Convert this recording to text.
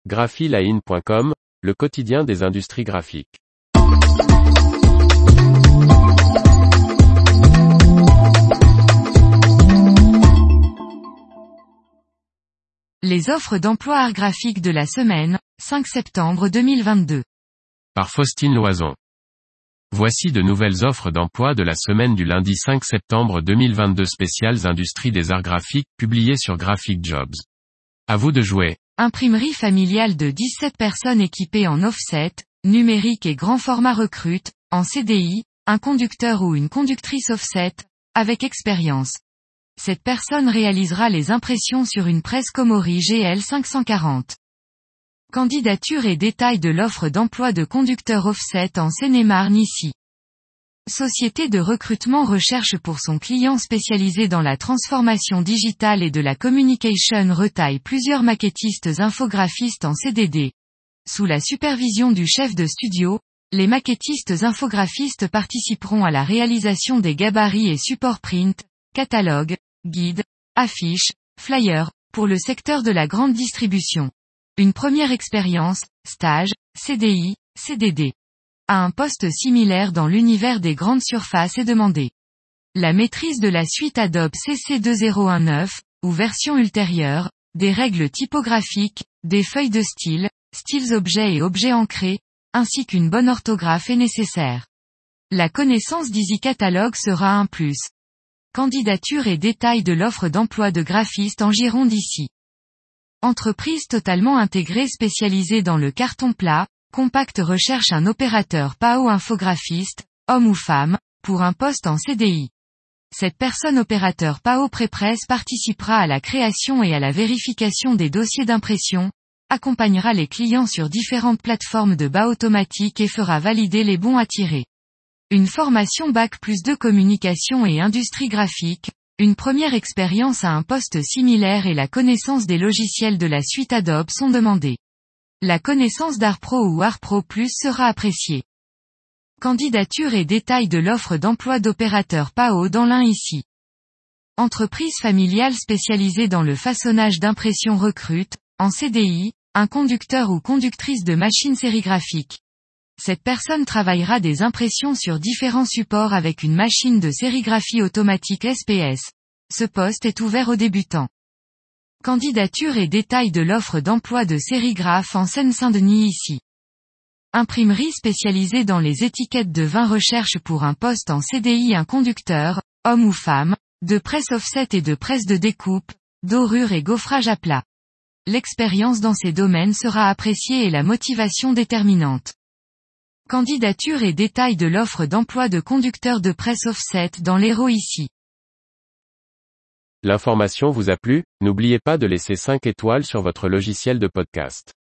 graphiline.com, le quotidien des industries graphiques. Les offres d'emploi art graphique de la semaine, 5 septembre 2022. Par Faustine Loison. Voici de nouvelles offres d'emploi de la semaine du lundi 5 septembre 2022 spéciales industries des arts graphiques, publiées sur Graphic Jobs. À vous de jouer. Imprimerie familiale de 17 personnes équipées en offset, numérique et grand format recrute, en CDI, un conducteur ou une conductrice offset, avec expérience. Cette personne réalisera les impressions sur une presse Komori GL 540. Candidature et détails de l'offre d'emploi de conducteur offset en Seine-et-Marne ici. Société de recrutement recherche pour son client spécialisé dans la transformation digitale et de la communication retaille plusieurs maquettistes infographistes en CDD. Sous la supervision du chef de studio, les maquettistes infographistes participeront à la réalisation des gabarits et supports print, catalogues, guides, affiches, flyers, pour le secteur de la grande distribution. Une première expérience, stage, CDI, CDD. À un poste similaire dans l'univers des grandes surfaces est demandé. La maîtrise de la suite Adobe CC 2019, ou version ultérieure, des règles typographiques, des feuilles de style, styles objets et objets ancrés, ainsi qu'une bonne orthographe est nécessaire. La connaissance d'EasyCatalog sera un plus. Candidature et détails de l'offre d'emploi de graphiste en Gironde ici. Entreprise totalement intégrée spécialisée dans le carton plat, Compact recherche un opérateur PAO infographiste, homme ou femme, pour un poste en CDI. Cette personne opérateur PAO Prépresse participera à la création et à la vérification des dossiers d'impression, accompagnera les clients sur différentes plateformes de bas automatique et fera valider les bons à tirer. Une formation Bac+2 communication et industrie graphique, une première expérience à un poste similaire et la connaissance des logiciels de la suite Adobe sont demandées. La connaissance d'ArtPro ou ArtPro Plus sera appréciée. Candidature et détails de l'offre d'emploi d'opérateur PAO dans l'Ain ici. Entreprise familiale spécialisée dans le façonnage d'impression recrute, en CDI, un conducteur ou conductrice de machine sérigraphique. Cette personne travaillera des impressions sur différents supports avec une machine de sérigraphie automatique SPS. Ce poste est ouvert aux débutants. Candidature et détails de l'offre d'emploi de sérigraphe en Seine-Saint-Denis ici. Imprimerie spécialisée dans les étiquettes de vin recherche pour un poste en CDI un conducteur, homme ou femme, de presse offset et de presse de découpe, dorure et gaufrage à plat. L'expérience dans ces domaines sera appréciée et la motivation déterminante. Candidature et détails de l'offre d'emploi de conducteur de presse offset dans l'Hérault ici. L'information vous a plu? N'oubliez pas de laisser 5 étoiles sur votre logiciel de podcast.